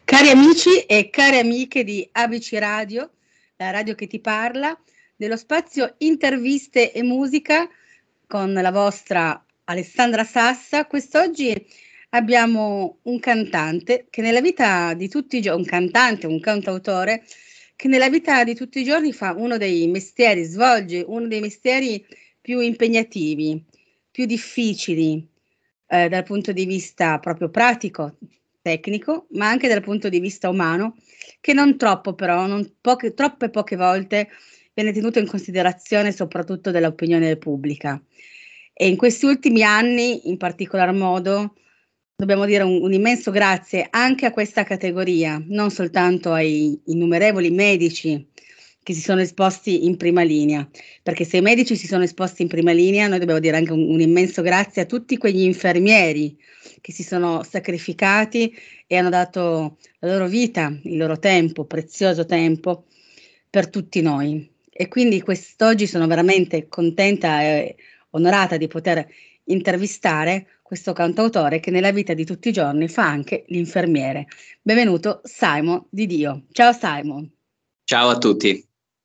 Cari amici e cari amiche di ABC Radio, la radio che ti parla, dello spazio interviste e musica con la vostra Alessandra Sassa. Quest'oggi abbiamo un cantante che nella vita di tutti i giorni, un cantautore che nella vita di tutti i giorni fa uno dei mestieri, svolge uno dei mestieri più impegnativi, più difficili dal punto di vista proprio pratico, tecnico, ma anche dal punto di vista umano, che non troppo però, troppe poche volte viene tenuto in considerazione soprattutto dall'opinione pubblica. E in questi ultimi anni, in particolar modo, dobbiamo dire un immenso grazie anche a questa categoria, non soltanto ai innumerevoli medici che si sono esposti in prima linea, perché se i medici si sono esposti in prima linea, noi dobbiamo dire anche un immenso grazie a tutti quegli infermieri che si sono sacrificati e hanno dato la loro vita, il loro tempo, prezioso tempo, per tutti noi. E quindi quest'oggi sono veramente contenta e onorata di poter intervistare questo cantautore che nella vita di tutti i giorni fa anche l'infermiere. Benvenuto Simon Di Dio. Ciao Simon. Ciao a tutti.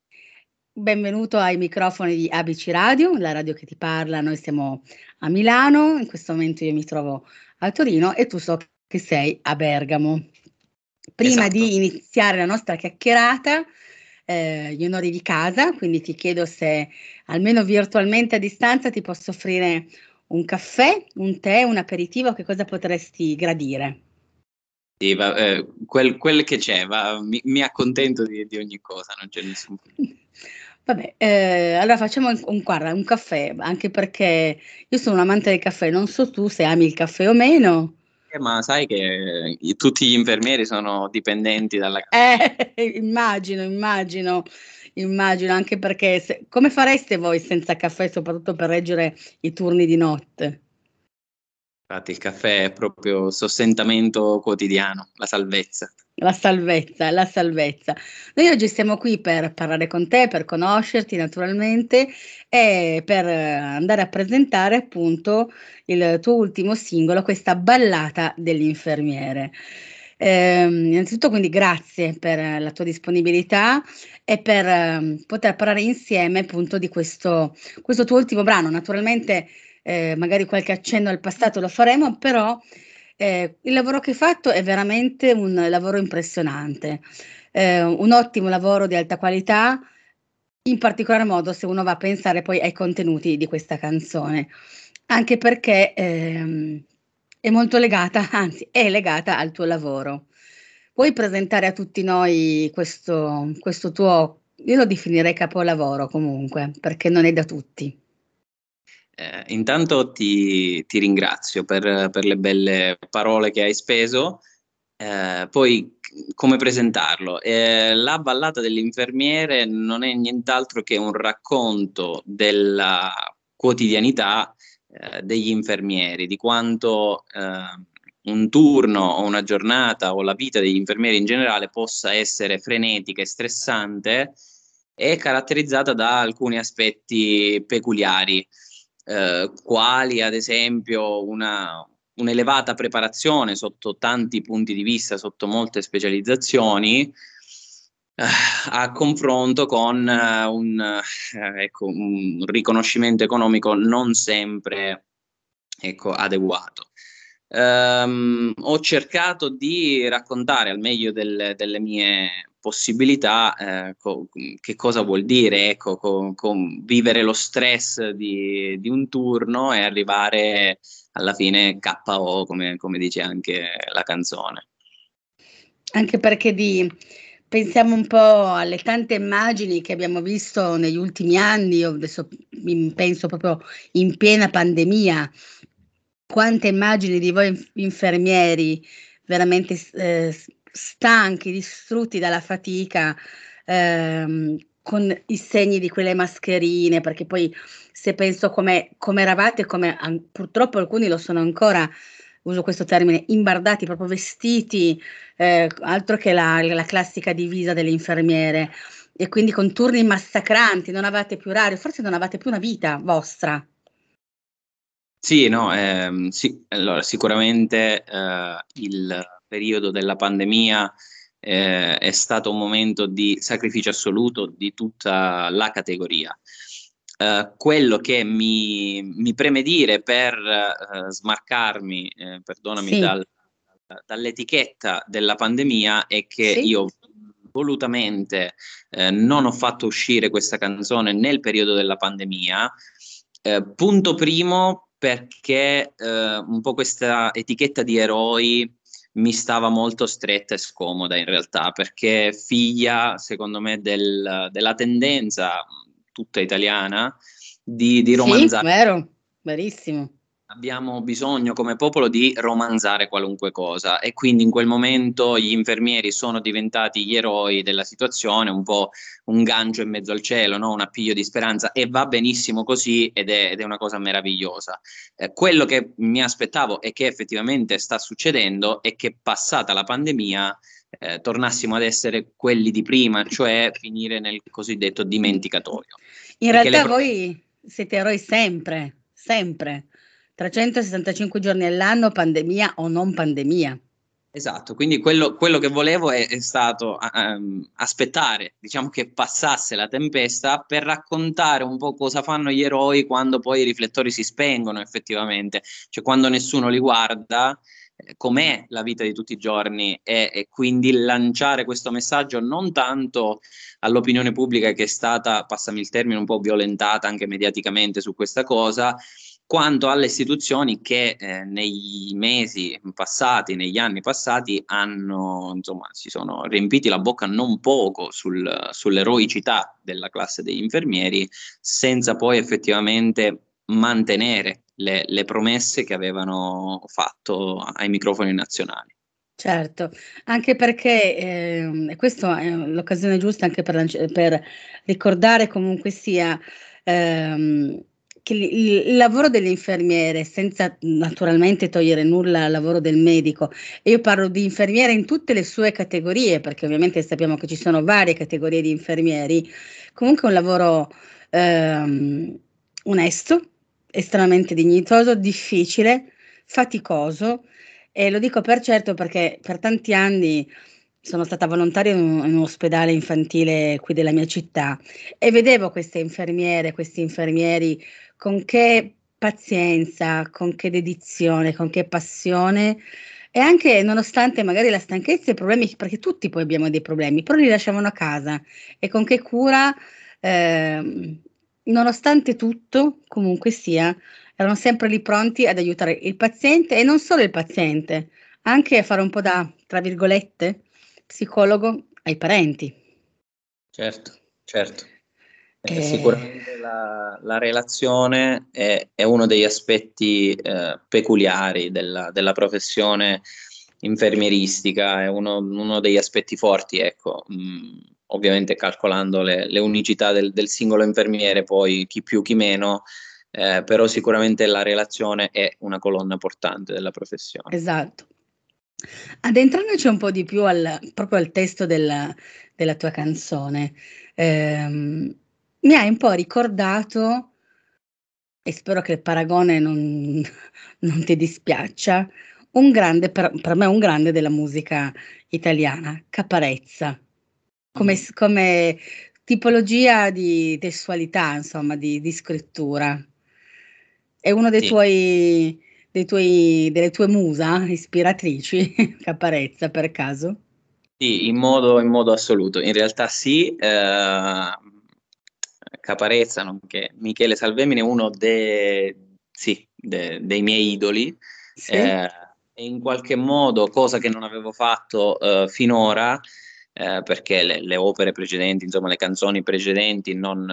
Benvenuto ai microfoni di ABC Radio, la radio che ti parla. Noi siamo a Milano, in questo momento io mi trovo a Torino e tu so che sei a Bergamo. Prima Esatto. di iniziare la nostra chiacchierata, gli onori di casa, quindi ti chiedo se almeno virtualmente a distanza ti posso offrire un caffè, un tè, un aperitivo, che cosa potresti gradire? Sì, quel che c'è, mi accontento di ogni cosa, non c'è nessun problema. Vabbè, allora facciamo guarda, un caffè, anche perché io sono un amante del caffè, non so tu se ami il caffè o meno. Ma sai che tutti gli infermieri sono dipendenti dalla Immagino, anche perché come fareste voi senza caffè, soprattutto per reggere i turni di notte? Infatti il caffè è proprio sostentamento quotidiano, la salvezza. La salvezza, la salvezza. Noi oggi siamo qui per parlare con te, per conoscerti naturalmente e per andare a presentare appunto il tuo ultimo singolo, questa ballata dell'infermiere. Innanzitutto quindi grazie per la tua disponibilità e per poter parlare insieme appunto di questo tuo ultimo brano. Naturalmente magari qualche accenno al passato lo faremo, però il lavoro che hai fatto è veramente un lavoro impressionante, un ottimo lavoro di alta qualità, in particolar modo se uno va a pensare poi ai contenuti di questa canzone, anche perché, è molto legata, anzi è legata al tuo lavoro. Puoi presentare a tutti noi questo tuo, io lo definirei capolavoro comunque, perché non è da tutti. Intanto ti ringrazio per le belle parole che hai speso. Poi come presentarlo? La ballata dell'infermiere non è nient'altro che un racconto della quotidianità degli infermieri, di quanto un turno o una giornata o la vita degli infermieri in generale possa essere frenetica e stressante e caratterizzata da alcuni aspetti peculiari, quali ad esempio un'elevata preparazione sotto tanti punti di vista, sotto molte specializzazioni, a confronto con ecco, un riconoscimento economico non sempre, ecco, adeguato. Ho cercato di raccontare al meglio delle mie possibilità che cosa vuol dire, ecco, vivere lo stress di un turno e arrivare alla fine KO, come dice anche la canzone. Anche perché pensiamo un po' alle tante immagini che abbiamo visto negli ultimi anni, io adesso penso proprio in piena pandemia, quante immagini di voi infermieri veramente stanchi, distrutti dalla fatica, con i segni di quelle mascherine, perché poi se penso come eravate, come purtroppo alcuni lo sono ancora, uso questo termine, imbardati, proprio vestiti, altro che la classica divisa delle infermiere, e quindi con turni massacranti, non avevate più orario, forse non avevate più una vita vostra. Sì, no, sì, allora sicuramente periodo della pandemia è stato un momento di sacrificio assoluto di tutta la categoria. Quello che mi preme dire per smarcarmi, perdonami, Sì, dall'etichetta della pandemia è che sì, io volutamente non ho fatto uscire questa canzone nel periodo della pandemia. Punto primo perché un po' questa etichetta di eroi mi stava molto stretta e scomoda in realtà, perché figlia, secondo me, della tendenza tutta italiana di sì, romanzare. vero, verissimo. Abbiamo bisogno come popolo di romanzare qualunque cosa e quindi in quel momento gli infermieri sono diventati gli eroi della situazione, un po' un gancio in mezzo al cielo, no? Un appiglio di speranza e va benissimo così ed è una cosa meravigliosa. Quello che mi aspettavo e che effettivamente sta succedendo è che passata la pandemia tornassimo ad essere quelli di prima, cioè finire nel cosiddetto dimenticatoio. In E che le realtà voi siete eroi sempre, sempre. 365 giorni all'anno, pandemia o non pandemia. Esatto, quindi quello che volevo è stato aspettare, diciamo che passasse la tempesta per raccontare un po' cosa fanno gli eroi quando poi i riflettori si spengono effettivamente, cioè quando nessuno li guarda, com'è la vita di tutti i giorni e quindi lanciare questo messaggio non tanto all'opinione pubblica che è stata, passami il termine, un po' violentata anche mediaticamente su questa cosa, quanto alle istituzioni che nei mesi passati, negli anni passati, hanno, insomma, si sono riempiti la bocca non poco sull'eroicità della classe degli infermieri, senza poi effettivamente mantenere le promesse che avevano fatto ai microfoni nazionali. Certo, anche perché, e questo è l'occasione giusta anche per ricordare comunque sia, ehm, che il lavoro dell'infermiere, senza naturalmente togliere nulla al lavoro del medico, e io parlo di infermiere in tutte le sue categorie, perché ovviamente sappiamo che ci sono varie categorie di infermieri, comunque è un lavoro, ehm, onesto, estremamente dignitoso, difficile, faticoso, e lo dico per certo perché per tanti anni sono stata volontaria in un ospedale infantile qui della mia città e vedevo queste infermiere, questi infermieri con che pazienza, con che dedizione, con che passione e anche nonostante magari la stanchezza e i problemi, perché tutti poi abbiamo dei problemi, però li lasciavano a casa e con che cura, ehm, nonostante tutto, comunque sia, erano sempre lì pronti ad aiutare il paziente e non solo il paziente, anche a fare un po' da, tra virgolette, psicologo ai parenti. Certo, certo. Ehm, Sicuramente la relazione è uno degli aspetti peculiari della professione infermieristica, è uno degli aspetti forti, ecco. Ovviamente calcolando le unicità del singolo infermiere, poi chi più, chi meno, però sicuramente la relazione è una colonna portante della professione. esatto. Addentrandoci un po' di più proprio al testo della tua canzone, mi hai un po' ricordato, e spero che il paragone non non ti dispiaccia, un grande per me un grande della musica italiana, Caparezza. Mhm. Come tipologia di testualità, insomma, di scrittura. È uno Sì. delle tue musa ispiratrici, Caparezza, per caso? Sì, in modo assoluto. In realtà sì, Caparezza, nonché Michele Salvemini è uno dei miei idoli, Sì? eh, e in qualche modo, cosa che non avevo fatto finora, perché le opere precedenti, insomma le canzoni precedenti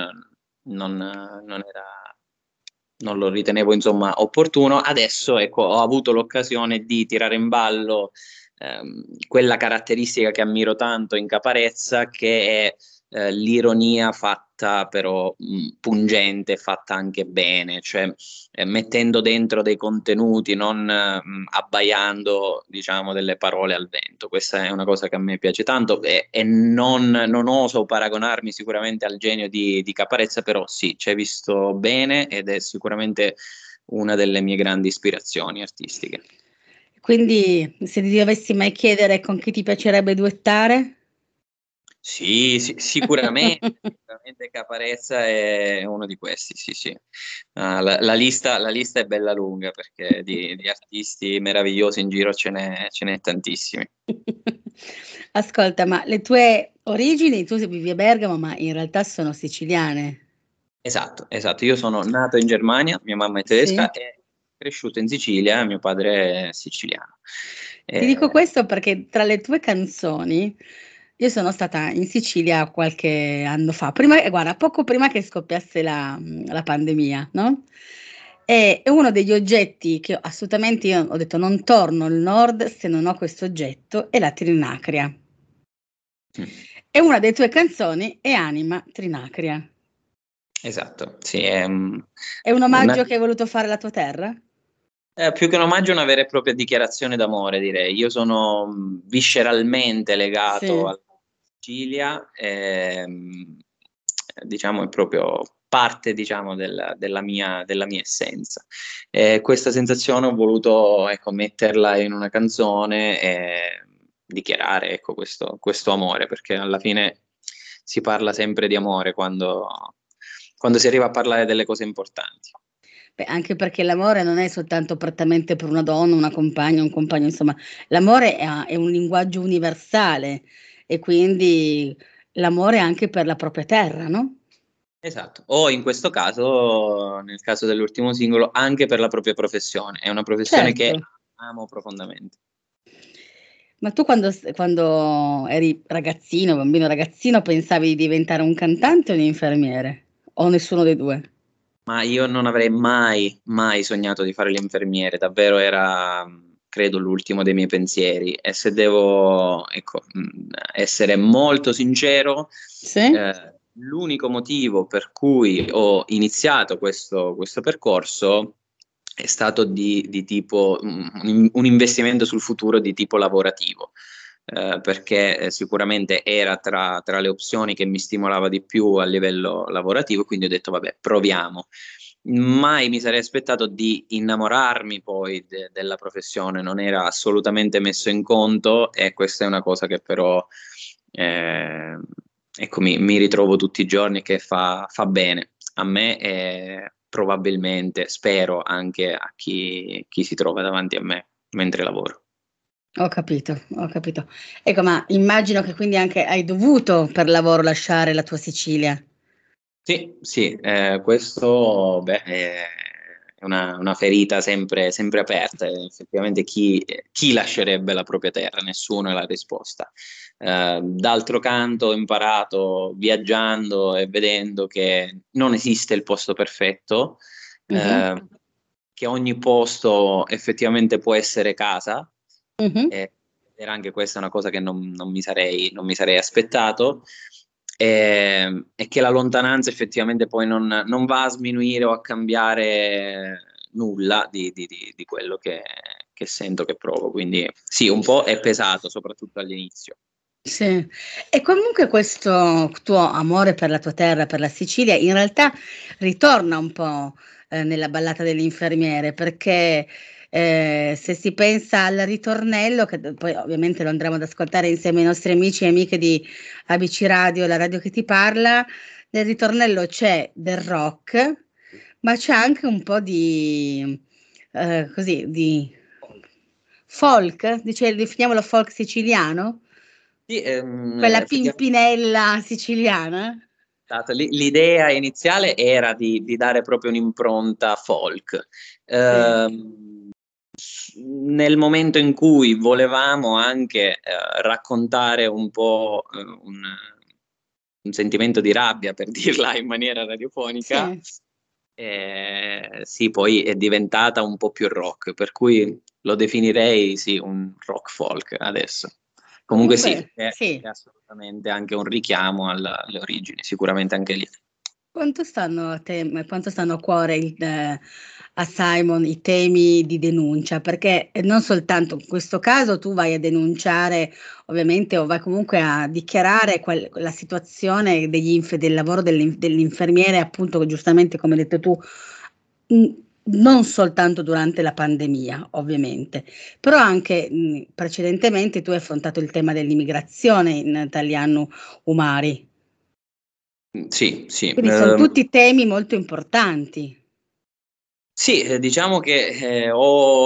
non lo ritenevo insomma opportuno. Adesso ecco, ho avuto l'occasione di tirare in ballo quella caratteristica che ammiro tanto in Caparezza, che è l'ironia fatta però pungente, fatta anche bene, cioè mettendo dentro dei contenuti, non abbaiando, diciamo, delle parole al vento. Questa è una cosa che a me piace tanto e non oso paragonarmi sicuramente al genio di Caparezza, però sì, ci hai visto bene ed è sicuramente una delle mie grandi ispirazioni artistiche. Quindi se ti dovessi mai chiedere con chi ti piacerebbe duettare? Sì, sicuramente Caparezza è uno di questi, sì, sì. La lista è bella lunga perché di artisti meravigliosi in giro ce n'è tantissimi. Ascolta, ma le tue origini, tu vivi a Bergamo, ma in realtà sono siciliane. Esatto, esatto. Io sono nato in Germania, mia mamma è Sì. tedesca e cresciuto in Sicilia, mio padre è siciliano. Ti dico Eh, questo perché tra le tue canzoni io sono stata in Sicilia qualche anno fa, prima guarda, poco prima che scoppiasse la pandemia, no, e uno degli oggetti che assolutamente io ho detto: "Non torno al nord se non ho questo oggetto", è la trinacria. mm, E una delle tue canzoni è Anima Trinacria. esatto, sì, È un una omaggio che hai voluto fare alla tua terra? più che un omaggio è una vera e propria dichiarazione d'amore, direi. Io sono visceralmente legato Sì. alla Sicilia, diciamo è proprio parte, diciamo, della mia essenza. Questa sensazione ho voluto, ecco, metterla in una canzone e dichiarare, ecco, questo amore, perché alla fine si parla sempre di amore quando si arriva a parlare delle cose importanti. Beh, anche perché l'amore non è soltanto prettamente per una donna, una compagna, un compagno, insomma, l'amore è un linguaggio universale e quindi l'amore anche per la propria terra, no? Esatto, o in questo caso, nel caso dell'ultimo singolo, anche per la propria professione. È una professione Certo. che amo profondamente. Ma tu quando eri ragazzino, bambino, ragazzino, pensavi di diventare un cantante o un infermiere? O nessuno dei 2? Ma io non avrei mai, mai sognato di fare l'infermiere, davvero era, credo, l'ultimo dei miei pensieri. E se devo, ecco, essere molto sincero, Sì? l'unico motivo per cui ho iniziato questo percorso è stato di tipo un investimento sul futuro di tipo lavorativo. Perché sicuramente era tra le opzioni che mi stimolava di più a livello lavorativo, quindi ho detto vabbè, proviamo. Mai mi sarei aspettato di innamorarmi poi della professione, non era assolutamente messo in conto e questa è una cosa che però eh, ecco, mi ritrovo tutti i giorni che fa bene a me e probabilmente spero anche a chi si trova davanti a me mentre lavoro. Ho capito, ho capito. Ecco, ma immagino che quindi anche hai dovuto per lavoro lasciare la tua Sicilia. Sì, sì, questo beh, è una ferita sempre aperta. Effettivamente chi lascerebbe la propria terra? Nessuno è la risposta. D'altro canto ho imparato viaggiando e vedendo che non esiste il posto perfetto, Mh-mh, eh, che ogni posto effettivamente può essere casa. mh-mh. E era anche questa una cosa che non mi sarei aspettato, e che la lontananza effettivamente poi non va a sminuire o a cambiare nulla di quello che sento, che provo. Quindi sì, un po' è pesato, soprattutto all'inizio. Sì. E comunque questo tuo amore per la tua terra, per la Sicilia, in realtà ritorna un po', nella ballata dell'infermiere, perché, se si pensa al ritornello, che d poi ovviamente lo andremo ad ascoltare insieme ai nostri amici e amiche di ABC Radio, la radio che ti parla, nel ritornello c'è del rock, ma c'è anche un po' di, così, di folk, definiamolo folk siciliano? Sì, Quella effettivamente pimpinella siciliana? l'idea iniziale era di dare proprio un'impronta folk. Sì, Nel momento in cui volevamo anche raccontare un po' un sentimento di rabbia, per dirla in maniera radiofonica, sì. sì, poi è diventata un po' più rock, per cui lo definirei sì, un rock folk adesso. Comunque sì, Comunque è sì. assolutamente anche un richiamo alle origini, sicuramente anche lì. Quanto stanno a cuore a Simon i temi di denuncia? Perché, non soltanto in questo caso tu vai a denunciare ovviamente o vai comunque a dichiarare la situazione del lavoro dell'infermiere appunto, giustamente come hai detto tu, non soltanto durante la pandemia, ovviamente, però anche precedentemente tu hai affrontato il tema dell'immigrazione in Italiano Umari. Sì, sì. Quindi sono tutti temi molto importanti. Sì, diciamo che ho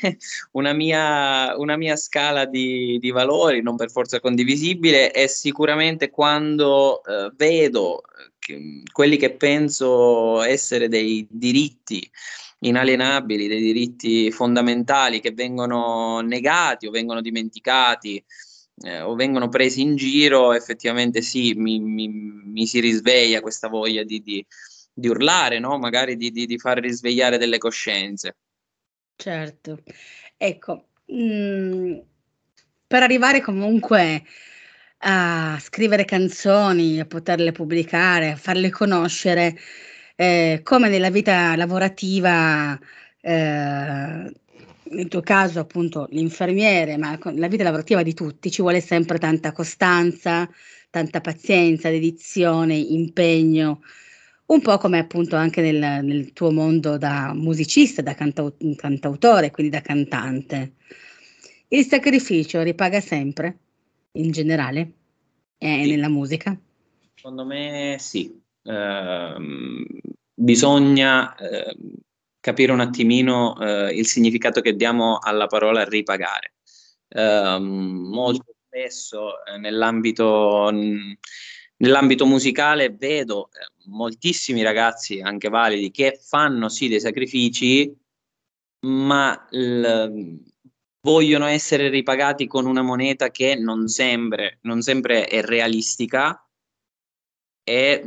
una mia scala di valori, non per forza condivisibile, e sicuramente quando vedo quelli che penso essere dei diritti inalienabili, dei diritti fondamentali che vengono negati o vengono dimenticati, o vengono presi in giro, effettivamente sì, mi si risveglia questa voglia di urlare, no? Magari di far risvegliare delle coscienze. Certo. Ecco, per arrivare comunque a scrivere canzoni, a poterle pubblicare, a farle conoscere, come nella vita lavorativa, nel tuo caso appunto l'infermiere, ma con la vita lavorativa di tutti, ci vuole sempre tanta costanza, tanta pazienza, dedizione, impegno, un po' come appunto anche nel tuo mondo da musicista, da cantautore, quindi da cantante. Il sacrificio ripaga sempre, in generale, Sì, nella musica? secondo me sì. Bisogna capire un attimino il significato che diamo alla parola ripagare. Molto spesso nell'ambito musicale vedo moltissimi ragazzi, anche validi, che fanno sì dei sacrifici, ma vogliono essere ripagati con una moneta che non sempre è realistica e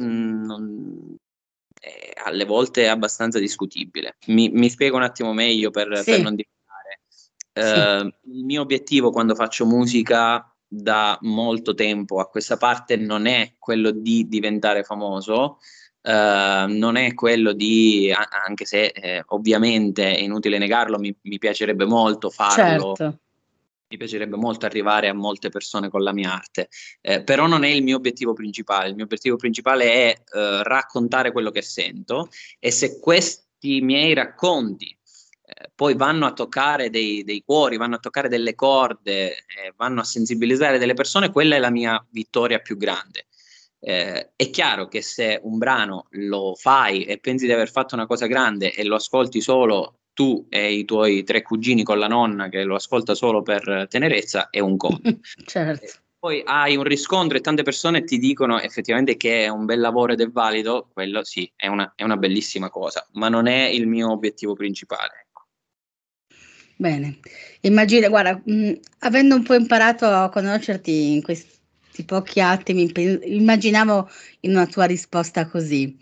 alle volte è abbastanza discutibile. Mi spiego un attimo meglio per Sì, non divagare. sì, Il mio obiettivo quando faccio musica da molto tempo a questa parte non è quello di diventare famoso, non è quello anche se ovviamente è inutile negarlo, mi piacerebbe molto farlo, certo. mi piacerebbe molto arrivare a molte persone con la mia arte, però non è il mio obiettivo principale. Il mio obiettivo principale è raccontare quello che sento, e se questi miei racconti poi vanno a toccare dei cuori, vanno a toccare delle corde, vanno a sensibilizzare delle persone, quella è la mia vittoria più grande. È chiaro che se un brano lo fai e pensi di aver fatto una cosa grande e lo ascolti solo tu e i tuoi tre cugini con la nonna che lo ascolta solo per tenerezza, è un conto. Certo. Poi hai un riscontro e tante persone ti dicono effettivamente che è un bel lavoro ed è valido, quello sì, è una bellissima cosa, ma non è il mio obiettivo principale. Bene. Guarda, avendo un po' imparato a conoscerti in questi pochi attimi, immaginavo in una tua risposta così.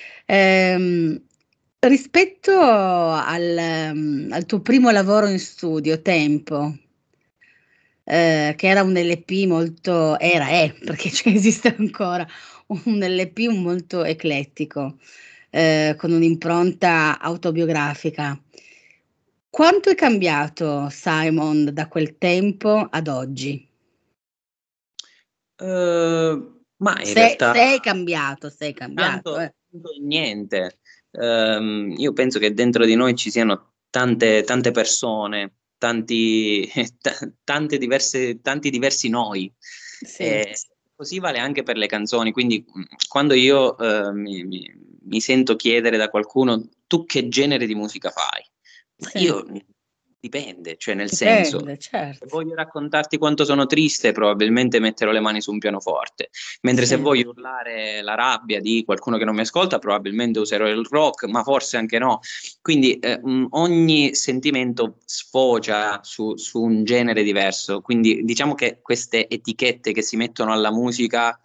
Rispetto al tuo primo lavoro in studio, Tempo, che era un LP molto è, perché cioè esiste ancora, un LP molto eclettico, con un'impronta autobiografica. Quanto è cambiato Simon da quel tempo ad oggi? Ma in Se realtà sei cambiato, tanto, tanto niente. Io penso che dentro di noi ci siano tante persone, tanti diversi noi. Sì, E così vale anche per le canzoni. Quindi, quando io mi sento chiedere da qualcuno: tu che genere di musica fai? Ma sì, io dipende, cioè nel senso, dipende, se certo. voglio raccontarti quanto sono triste, probabilmente metterò le mani su un pianoforte. Mentre se Sì, voglio urlare la rabbia di qualcuno che non mi ascolta, probabilmente userò il rock, ma forse anche no. Quindi ogni sentimento sfocia su un genere diverso. Quindi diciamo che queste etichette che si mettono alla musica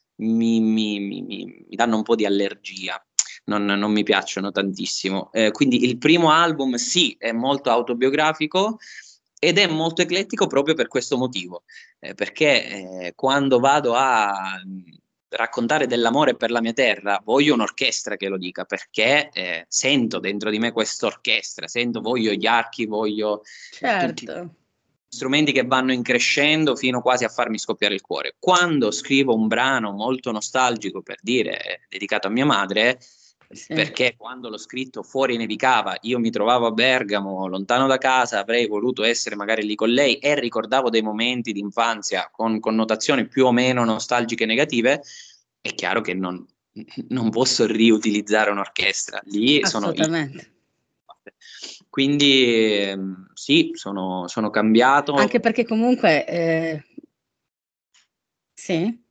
mi danno un po' di allergia. Non mi piacciono tantissimo. Quindi il primo album sì, è molto autobiografico ed è molto eclettico proprio per questo motivo, perché quando vado a raccontare dell'amore per la mia terra, voglio un'orchestra che lo dica, perché sento dentro di me quest'orchestra, voglio gli archi, voglio tutti certo. gli strumenti che vanno increscendo fino quasi a farmi scoppiare il cuore. Quando scrivo un brano molto nostalgico, per dire, dedicato a mia madre, Sì. Perché quando l'ho scritto fuori nevicava, io mi trovavo a Bergamo, lontano da casa, avrei voluto essere magari lì con lei e ricordavo dei momenti di infanzia con connotazioni più o meno nostalgiche e negative. È chiaro che non posso riutilizzare un'orchestra, lì sono io. Assolutamente. Quindi sì, sono cambiato. Anche perché comunque sì.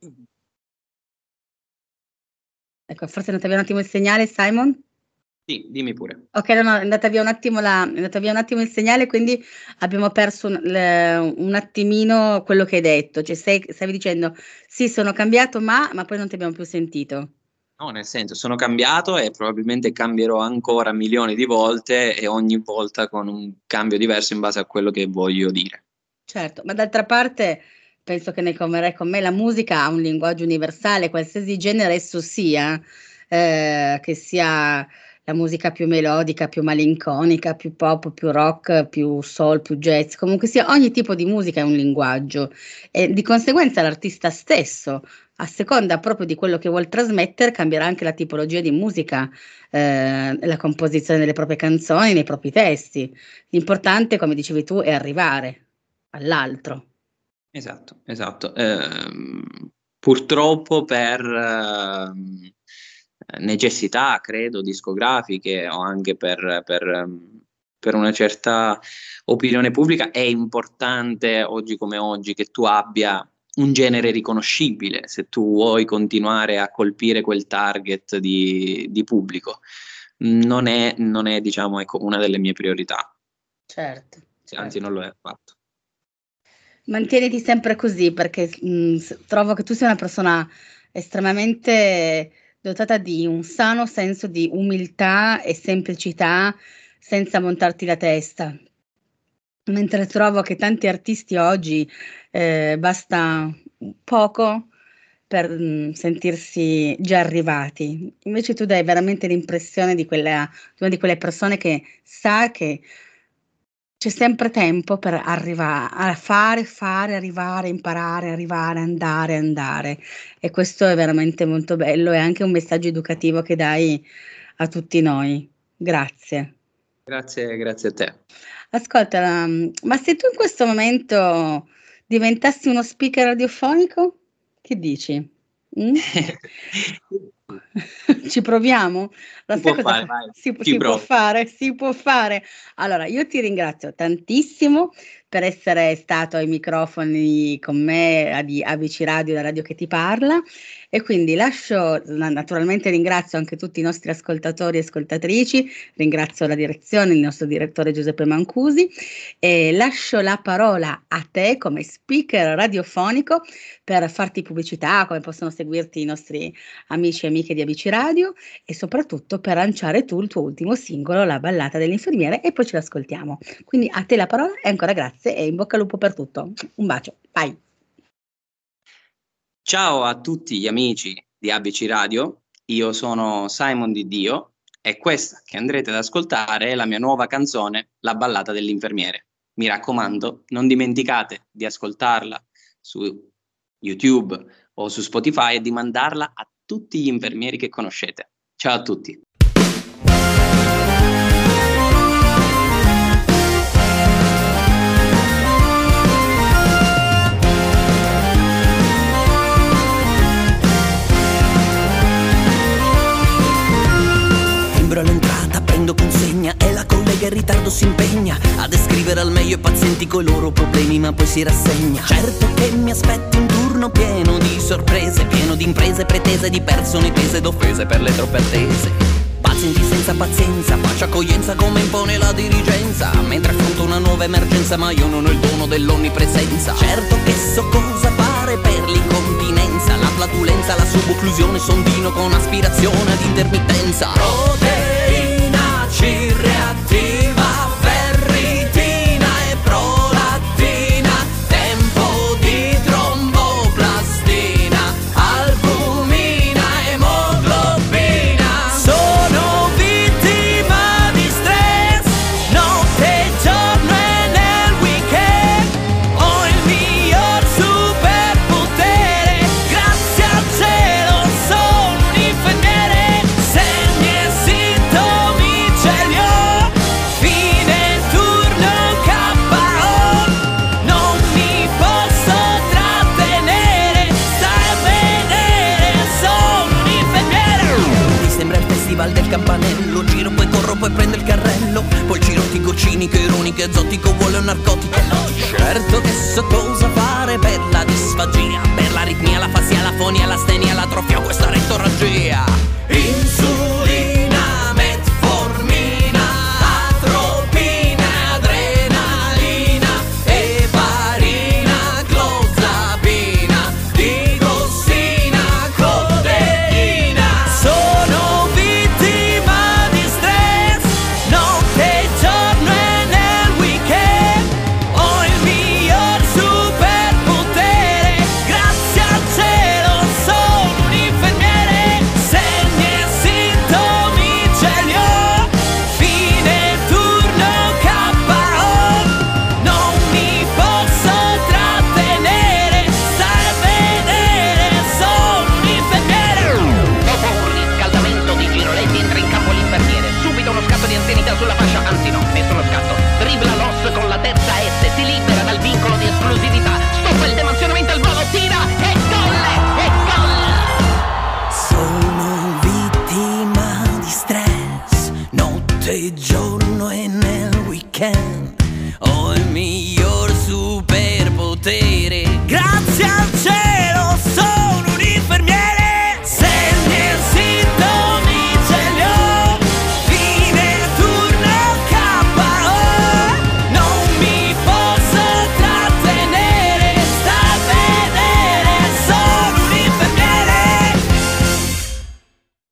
Ecco, forse è andata via un attimo il segnale, Simon? Sì, dimmi pure. Ok, no, è andata via un attimo il segnale, quindi abbiamo perso un attimino quello che hai detto. Cioè, stavi dicendo, sì, sono cambiato, ma poi non ti abbiamo più sentito. No, nel senso, sono cambiato e probabilmente cambierò ancora milioni di volte e ogni volta con un cambio diverso in base a quello che voglio dire. Certo, ma d'altra parte penso che ne converrai con me, la musica ha un linguaggio universale, qualsiasi genere esso sia, che sia la musica più melodica, più malinconica, più pop, più rock, più soul, più jazz, comunque sia, ogni tipo di musica è un linguaggio e di conseguenza l'artista stesso, a seconda proprio di quello che vuol trasmettere, cambierà anche la tipologia di musica, la composizione delle proprie canzoni, nei propri testi. L'importante, come dicevi tu, è arrivare all'altro. Esatto. Purtroppo per necessità, credo, discografiche o anche per una certa opinione pubblica, è importante oggi come oggi che tu abbia un genere riconoscibile se tu vuoi continuare a colpire quel target di pubblico. Non è diciamo, ecco, una delle mie priorità. Certo. Anzi, non lo è affatto. Mantieniti sempre così perché trovo che tu sia una persona estremamente dotata di un sano senso di umiltà e semplicità senza montarti la testa. Mentre trovo che tanti artisti oggi basta poco per sentirsi già arrivati. Invece tu dai veramente l'impressione di una di quelle persone che sa che c'è sempre tempo per a fare, arrivare, imparare, arrivare, andare. E questo è veramente molto bello, è anche un messaggio educativo che dai a tutti noi. Grazie. Grazie a te. Ascolta, ma se tu in questo momento diventassi uno speaker radiofonico, che dici? Ci proviamo? Si può fare, vai. Si può fare. Allora, io ti ringrazio tantissimo per essere stato ai microfoni con me di ABC Radio, la radio che ti parla, e quindi naturalmente ringrazio anche tutti i nostri ascoltatori e ascoltatrici, ringrazio la direzione, il nostro direttore Giuseppe Mancusi, e lascio la parola a te come speaker radiofonico per farti pubblicità, come possono seguirti i nostri amici e amiche di ABC Radio, e soprattutto per lanciare tu il tuo ultimo singolo, La ballata dell'infermiere, e poi ce l'ascoltiamo. Quindi a te la parola e ancora grazie e in bocca al lupo per tutto. Un bacio, vai! Ciao a tutti gli amici di ABC Radio, io sono Simon Di Dio e questa che andrete ad ascoltare è la mia nuova canzone, La ballata dell'infermiere. Mi raccomando, non dimenticate di ascoltarla su YouTube o su Spotify e di mandarla a tutti gli infermieri che conoscete. Ciao a tutti! All'entrata prendo consegna e la collega in ritardo si impegna a descrivere al meglio i pazienti coi loro problemi, ma poi si rassegna. Certo che mi aspetti un turno pieno di sorprese, pieno di imprese pretese, di persone tese ed offese per le troppe attese. Pazienti senza pazienza, faccia accoglienza come impone la dirigenza, mentre affronto una nuova emergenza, ma io non ho il dono dell'onnipresenza. Certo che so cosa fare per l'incontinenza, la flatulenza, la subocclusione, sondino con aspirazione ad intermittenza. Proteina C reattiva, ferritina e prolattina, tempo di tromboplastina, albumina, emoglobina. Sono vittima di stress, notte e giorno e nel weekend. Ho il miglior superpotere, grazie al cielo sono un infermiere. Se mi so cosa fare per la disfagia, per l'aritmia, la fasia, la fonia, l'astenia, l'atrofia, questa rettorragia. Insulina, metformina, atropina, adrenalina, eparina, clozapina, digoxina, codeina. Sono vittima di stress, notte e giorno e nel weekend. Ho il miglior superpotere, grazie al cielo sono un infermiere. Segni e sintomi ce li ho, fine turno KO. Non mi posso trattenere, stai a vedere, sono un infermiere. Dopo un riscaldamento di giroletti entra in campo l'infermiere. Subito uno scatto di anzianità sulla fascia, anzi no, nessuno scatto. Dribbla l'os con la terza S, si libera dal vincolo di esclusività. Stoppa il demansionamento al volo, tira e gol! E gol! Sono vittima di stress, notte e giorno e nel weekend. Ho il miglior superpotere,